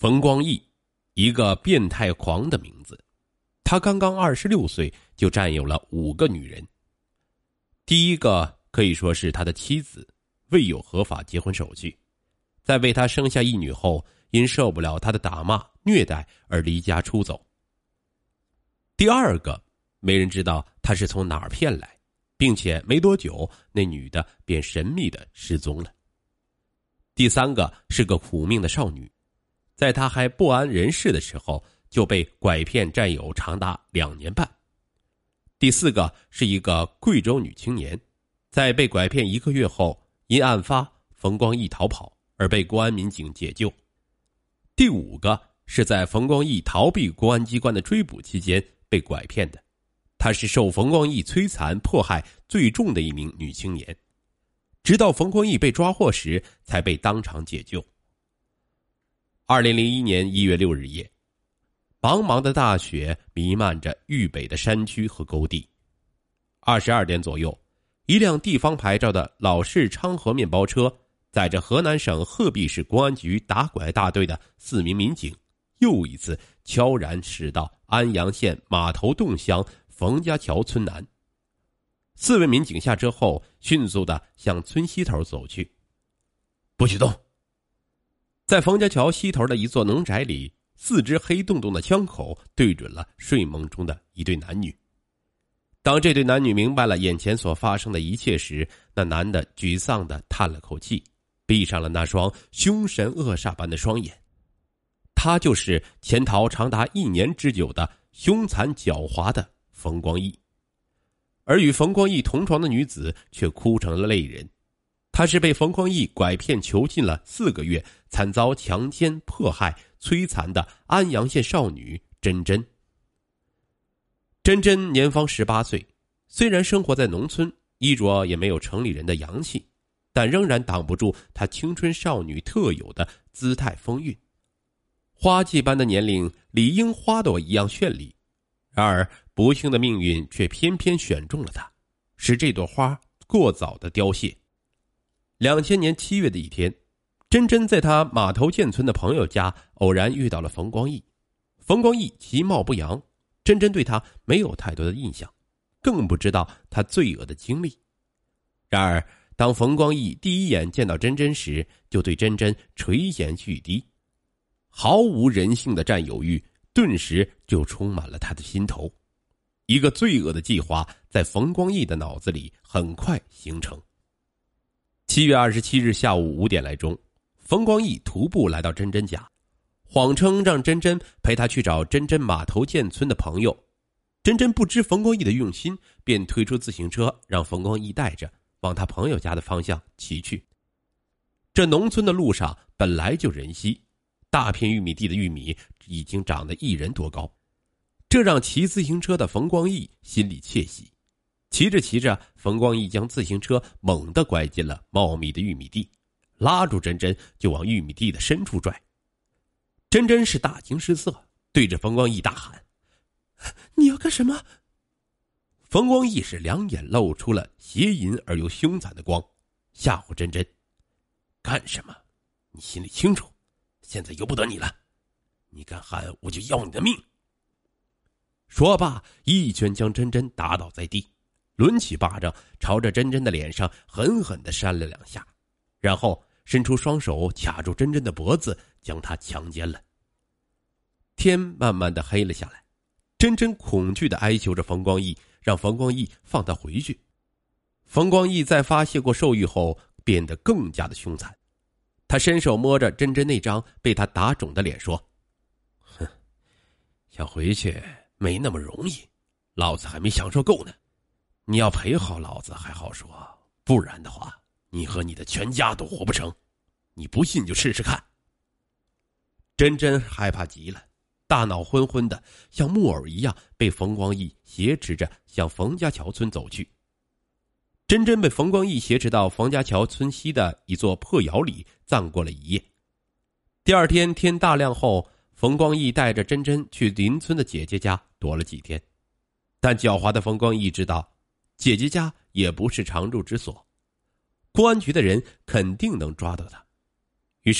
冯光义，一个变态狂的名字。他刚刚26岁就占有了5个女人。第一个可以说是他的妻子，未有合法结婚手续，在为他生下一女后，因受不了他的打骂虐待而离家出走。第二个，没人知道他是从哪儿骗来，并且没多久那女的便神秘的失踪了。第三个是个苦命的少女，在她还不谙人事的时候就被拐骗占有长达2年半。第四个是一个贵州女青年，在被拐骗1个月后，因案发冯光义逃跑而被公安民警解救。第五个是在冯光义逃避公安机关的追捕期间被拐骗的，她是受冯光义摧残迫害最重的一名女青年，直到冯光义被抓获时才被当场解救。2001年1月6日夜，茫茫的大雪弥漫着豫北的山区和沟地。22点左右，一辆地方牌照的老式昌河面包车载着河南省鹤壁市公安局打拐大队的4名民警，又一次悄然驶到安阳县马头洞乡冯家桥村南。4位民警下车后，迅速地向村西头走去。不许动！在冯家桥西头的一座农宅里，4支黑洞洞的枪口对准了睡梦中的一对男女。当这对男女明白了眼前所发生的一切时，那男的沮丧地叹了口气，闭上了那双凶神恶煞般的双眼。他就是潜逃长达1年之久的凶残狡猾的冯光义。而与冯光义同床的女子却哭成了泪人。她是被冯光义拐骗囚禁了4个月，惨遭强奸迫害摧残的安阳县少女珍珍。珍珍年方18岁，虽然生活在农村，衣着也没有城里人的洋气，但仍然挡不住她青春少女特有的姿态风韵。花季般的年龄理应花朵一样绚丽，然而不幸的命运却偏偏选中了她，使这朵花过早的凋谢。2000年7月的一天，珍珍在她马头涧村的朋友家偶然遇到了冯光义。冯光义其貌不扬，珍珍对他没有太多的印象，更不知道他罪恶的经历。然而当冯光义第一眼见到珍珍时，就对珍珍垂涎欲滴，毫无人性的占有欲顿时就充满了他的心头。一个罪恶的计划在冯光义的脑子里很快形成。7月27日下午5点来钟，冯光义徒步来到珍珍家，谎称让珍珍陪他去找珍珍马头涧村的朋友。珍珍不知冯光义的用心，便推出自行车让冯光义带着往他朋友家的方向骑去。这农村的路上本来就人稀，大片玉米地的玉米已经长得1人多高，这让骑自行车的冯光义心里窃喜。骑着骑着，冯光义将自行车猛地拐进了茂密的玉米地，拉住珍珍就往玉米地的深处拽。珍珍是大惊失色，对着冯光义大喊：你要干什么？冯光义是2眼露出了邪淫而又凶残的光，吓唬珍珍：干什么？你心里清楚，现在由不得你了，你敢喊我就要你的命。说罢，一拳将珍珍打倒在地，抡起巴掌朝着珍珍的脸上狠狠地扇了2下，然后伸出双手卡住珍珍的脖子，将她强奸了。天慢慢的黑了下来，珍珍恐惧地哀求着冯光义，让冯光义放她回去。冯光义在发泄过兽欲后变得更加的凶残，他伸手摸着珍珍那张被他打肿的脸说：哼，想回去没那么容易，老子还没享受够呢，你要陪好老子还好说，不然的话你和你的全家都活不成，你不信就试试看。珍珍害怕极了，大脑昏昏的像木偶一样被冯光义挟持着向冯家桥村走去。珍珍被冯光义挟持到冯家桥村西的一座破窑里暂过了一夜。第二天天大亮后，冯光义带着珍珍去邻村的姐姐家躲了几天，但狡猾的冯光义知道姐姐家也不是常住之所，公安局的人肯定能抓到他。于是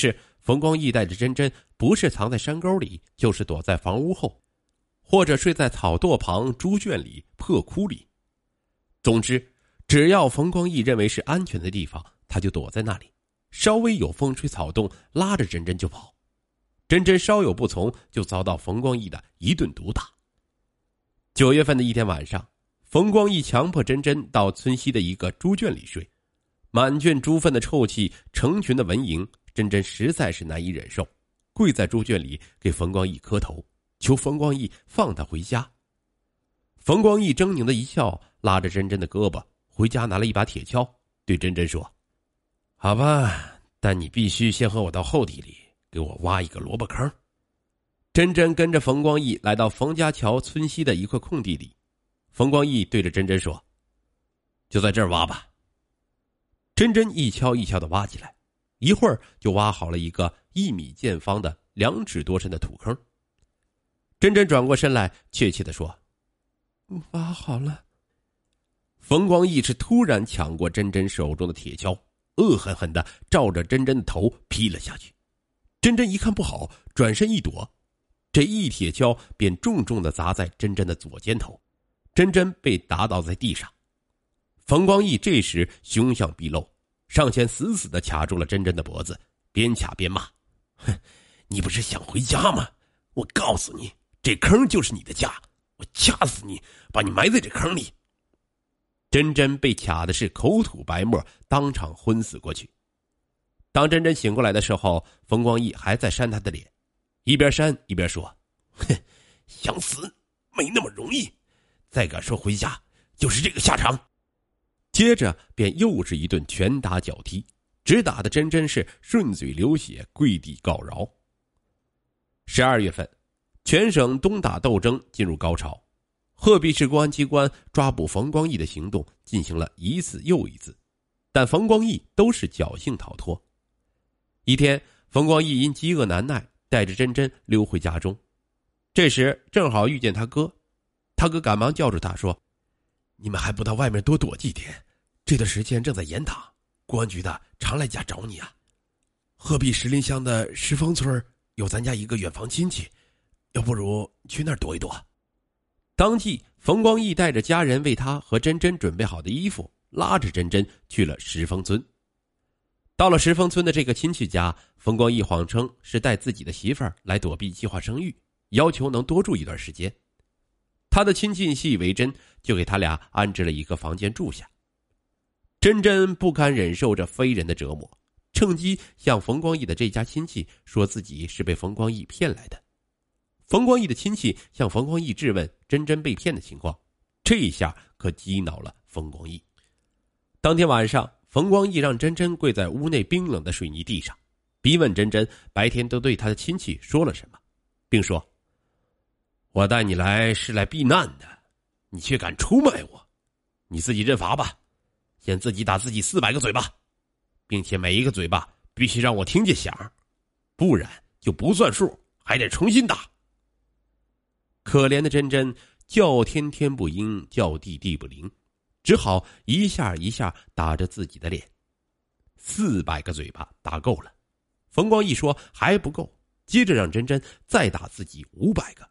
冯光义带着珍珍不是藏在山沟里，就是躲在房屋后，或者睡在草垛旁猪圈里破窟里。总之，只要冯光义认为是安全的地方，他就躲在那里，稍微有风吹草动，拉着珍珍就跑。珍珍稍有不从，就遭到冯光义的一顿毒打。9月份的一天晚上，冯光义强迫珍珍到村西的一个猪圈里睡，满圈猪粪的臭气，成群的蚊蝇，珍珍实在是难以忍受，跪在猪圈里给冯光义磕头，求冯光义放他回家。冯光义狰狞的一笑，拉着珍珍的胳膊回家，拿了一把铁锹，对珍珍说：好吧，但你必须先和我到后地里给我挖一个萝卜坑。珍珍跟着冯光义来到冯家桥村西的一块空地里，冯光义对着珍珍说：就在这儿挖吧。珍珍一锹一锹地挖起来，一会儿就挖好了一个1米见方的2指多深的土坑。珍珍转过身来，怯怯地说：挖好了。冯光义是突然抢过珍珍手中的铁锹，恶狠狠地照着珍珍的头劈了下去。珍珍一看不好，转身一躲，这一铁锹便重重地砸在珍珍的左肩头，珍珍被打倒在地上。冯光义这时凶相毕露，上前死死地卡住了珍珍的脖子，边卡边骂：哼，你不是想回家吗？我告诉你，这坑就是你的家，我掐死你，把你埋在这坑里。珍珍被卡的是口吐白沫，当场昏死过去。当珍珍醒过来的时候，冯光义还在扇她的脸，一边扇一边说：哼，想死没那么容易，再敢说回家就是这个下场。接着便又是一顿拳打脚踢，只打的珍珍是顺嘴流血，跪地告饶。12月份，全省东打斗争进入高潮，鹤壁市公安机关抓捕冯光义的行动进行了一次又一次，但冯光义都是侥幸逃脱。一天，冯光义因饥饿难耐，带着珍珍溜回家中，这时正好遇见他哥，他哥赶忙叫住他说：你们还不到外面多躲几天，这段时间正在严打，公安局的常来家找你啊。鹤壁石林乡的石峰村有咱家一个远房亲戚，要不如去那儿躲一躲。当即冯光义带着家人为他和珍珍准备好的衣服，拉着珍珍去了石峰村。到了石峰村的这个亲戚家，冯光义谎称是带自己的媳妇儿来躲避计划生育，要求能多住一段时间。他的亲戚信以为真，就给他俩安置了一个房间住下。珍珍不堪忍受这非人的折磨，趁机向冯光义的这家亲戚说自己是被冯光义骗来的。冯光义的亲戚向冯光义质问珍珍被骗的情况，这一下可激恼了冯光义。当天晚上，冯光义让珍珍跪在屋内冰冷的水泥地上，逼问珍珍白天都对他的亲戚说了什么，并说：我带你来是来避难的，你却敢出卖我，你自己认罚吧，先自己打自己400个嘴巴，并且每一个嘴巴必须让我听见响，不然就不算数，还得重新打。可怜的珍珍叫天天不应，叫地地不灵，只好一下一下打着自己的脸。400个嘴巴打够了，冯光义说还不够，接着让珍珍再打自己500个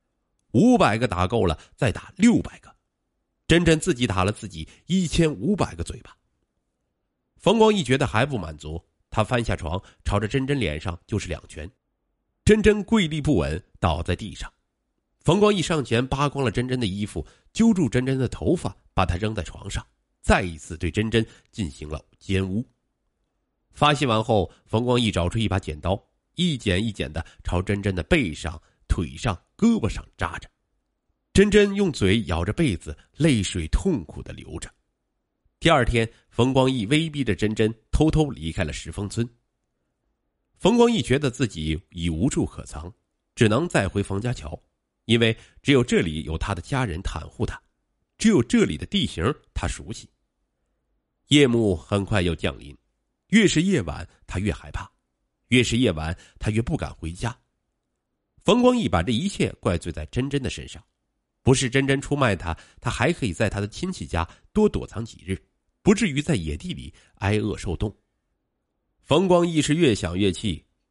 ，500个打够了，再打600个，珍珍自己打了自己1500个嘴巴。冯光义觉得还不满足，他翻下床，朝着珍珍脸上就是2拳，珍珍跪立不稳，倒在地上。冯光义上前扒光了珍珍的衣服，揪住珍珍的头发，把她扔在床上，再一次对珍珍进行了奸污。发泄完后，冯光义找出一把剪刀，一剪一剪的朝珍珍的背上、腿上、胳膊上扎着。珍珍用嘴咬着被子，泪水痛苦的流着。第二天，冯光义威逼着珍珍偷偷离开了石峰村。冯光义觉得自己已无处可藏，只能再回冯家桥，因为只有这里有他的家人袒护他，只有这里的地形他熟悉。夜幕很快又降临，越是夜晚他越害怕，越是夜晚他越不敢回家。冯光义把这一切怪罪在珍珍的身上，不是珍珍出卖他，他还可以在他的亲戚家多躲藏几日，不至于在野地里挨饿受冻。冯光义是越想越气，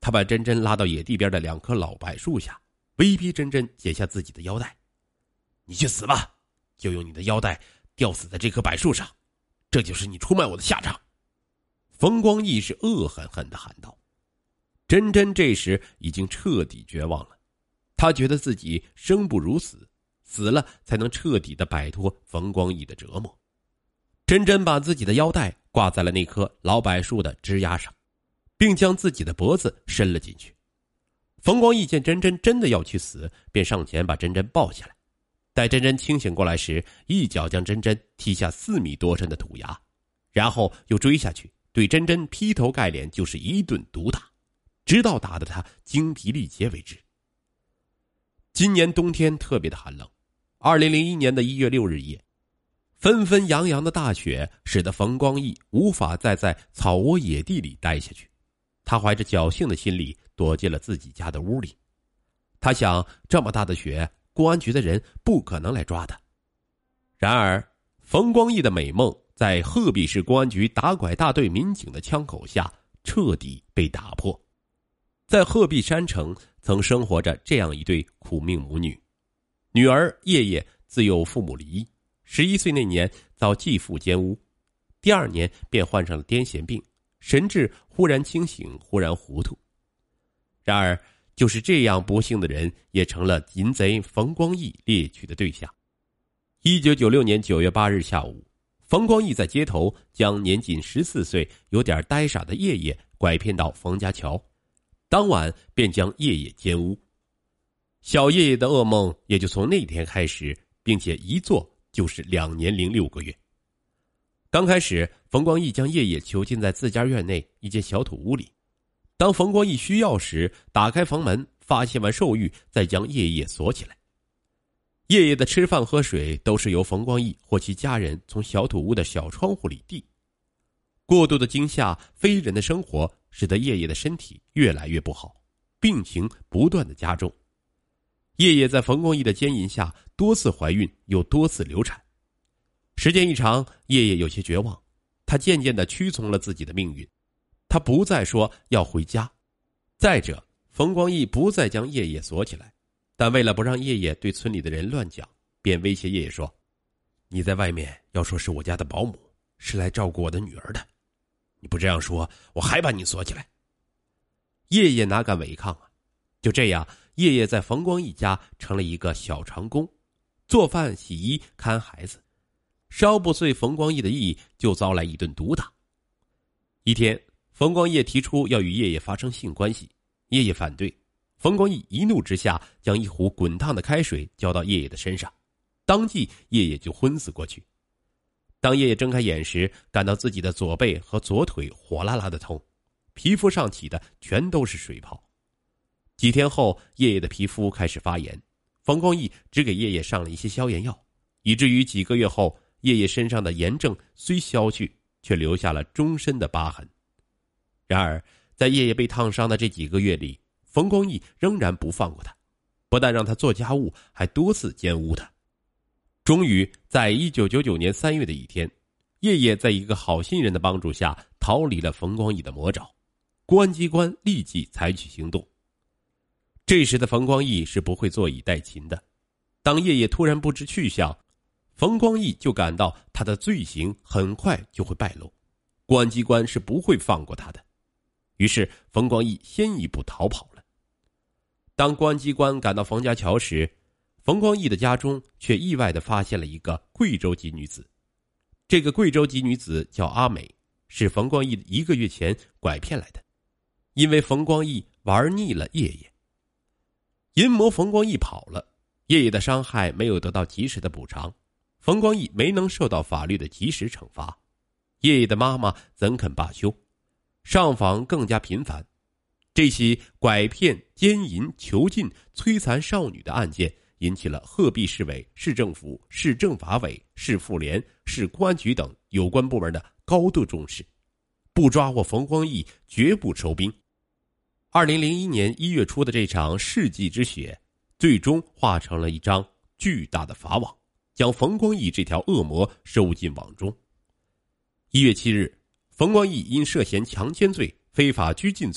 他把珍珍拉到野地边的2棵老柏树下，威逼珍珍解下自己的腰带。你去死吧，就用你的腰带吊死在这棵柏树上，这就是你出卖我的下场。冯光义是恶狠狠地喊道。珍珍这时已经彻底绝望了，她觉得自己生不如死，死了才能彻底地摆脱冯光义的折磨。珍珍把自己的腰带挂在了那棵老柏树的枝桠上，并将自己的脖子伸了进去。冯光义见珍珍真的要去死，便上前把珍珍抱下来。待珍珍清醒过来时，一脚将珍珍踢下4米多深的土崖，然后又追下去，对珍珍劈头盖脸就是一顿毒打，直到打得她精疲力竭为止。今年冬天特别的寒冷，2001年的1月6日夜，纷纷扬扬的大雪使得冯光义无法再在草窝野地里待下去，他怀着侥幸的心理躲进了自己家的屋里。他想，这么大的雪，公安局的人不可能来抓他。然而冯光义的美梦在鹤壁市公安局打拐大队民警的枪口下彻底被打破。在鹤壁山城曾生活着这样一对苦命母女，女儿叶叶自幼父母离异，11岁那年遭继父奸污，第2年便患上了癫痫病，神志忽然清醒，忽然糊涂。然而就是这样不幸的人，也成了淫贼冯光义猎取的对象。1996年9月8日下午，冯光义在街头将年仅14岁、有点呆傻的叶叶拐骗到冯家桥，当晚便将叶叶奸污。小叶叶的噩梦也就从那天开始，并且一做就是2年零6个月。刚开始，冯光义将叶叶囚禁在自家院内一间小土屋里。当冯光义需要时，打开房门，发泄完兽欲，再将叶叶锁起来。叶叶的吃饭喝水都是由冯光义或其家人从小土屋的小窗户里递。过度的惊吓、非人的生活使得叶叶的身体越来越不好，病情不断的加重。叶叶在冯光义的奸淫下多次怀孕，又多次流产。时间一长，叶叶有些绝望，她渐渐地屈从了自己的命运。他不再说要回家。再者，冯光义不再将叶叶锁起来，但为了不让叶叶对村里的人乱讲，便威胁叶叶说：你在外面要说是我家的保姆，是来照顾我的女儿的，你不这样说，我还把你锁起来。叶叶哪敢违抗啊？就这样，叶叶在冯光义家成了一个小长工，做饭、洗衣、看孩子，稍不遂冯光义的意，就遭来一顿毒打。一天，冯光义提出要与叶叶发生性关系，叶叶反对。冯光义一怒之下，将一壶滚烫的开水浇到叶叶的身上，当即叶叶就昏死过去。当叶叶睁开眼时，感到自己的左背和左腿火辣辣的痛，皮肤上起的全都是水泡。几天后，叶叶的皮肤开始发炎，冯光义只给叶叶上了一些消炎药，以至于几个月后，叶叶身上的炎症虽消去，却留下了终身的疤痕。然而在叶叶被烫伤的这几个月里，冯光义仍然不放过他，不但让他做家务，还多次奸污他。终于在1999年3月的一天，叶叶在一个好心人的帮助下逃离了冯光义的魔爪，公安机关立即采取行动。这时的冯光义是不会坐以待擒的，当叶叶突然不知去向，冯光义就感到他的罪行很快就会败露，公安机关是不会放过他的。于是冯光义先一步逃跑了。当公安机关赶到冯家桥时，冯光义的家中却意外地发现了一个贵州籍女子。这个贵州籍女子叫阿美，是冯光义1个月前拐骗来的。因为冯光义玩腻了叶叶，淫魔冯光义跑了，叶叶的伤害没有得到及时的补偿，冯光义没能受到法律的及时惩罚，叶叶的妈妈怎肯罢休，上访更加频繁。这起拐骗、奸淫、囚禁、摧残少女的案件引起了鹤壁市委、市政府、市政法委、市妇联、市公安局等有关部门的高度重视，不抓获冯光义绝不收兵。2001年1月初的这场世纪之雪，最终化成了一张巨大的法网，将冯光义这条恶魔收进网中。1月7日，冯光义因涉嫌强奸罪、非法拘禁罪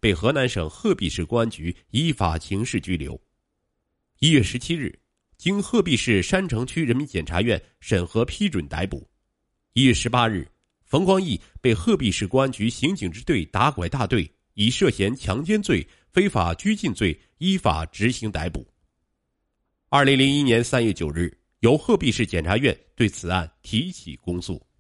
被河南省鹤壁市公安局依法刑事拘留。1月17日，经鹤壁市山城区人民检察院审核批准逮捕。1月18日，冯光义被鹤壁市公安局刑警支队打拐大队以涉嫌强奸罪、非法拘禁罪依法执行逮捕。2001年3月9日，由鹤壁市检察院对此案提起公诉。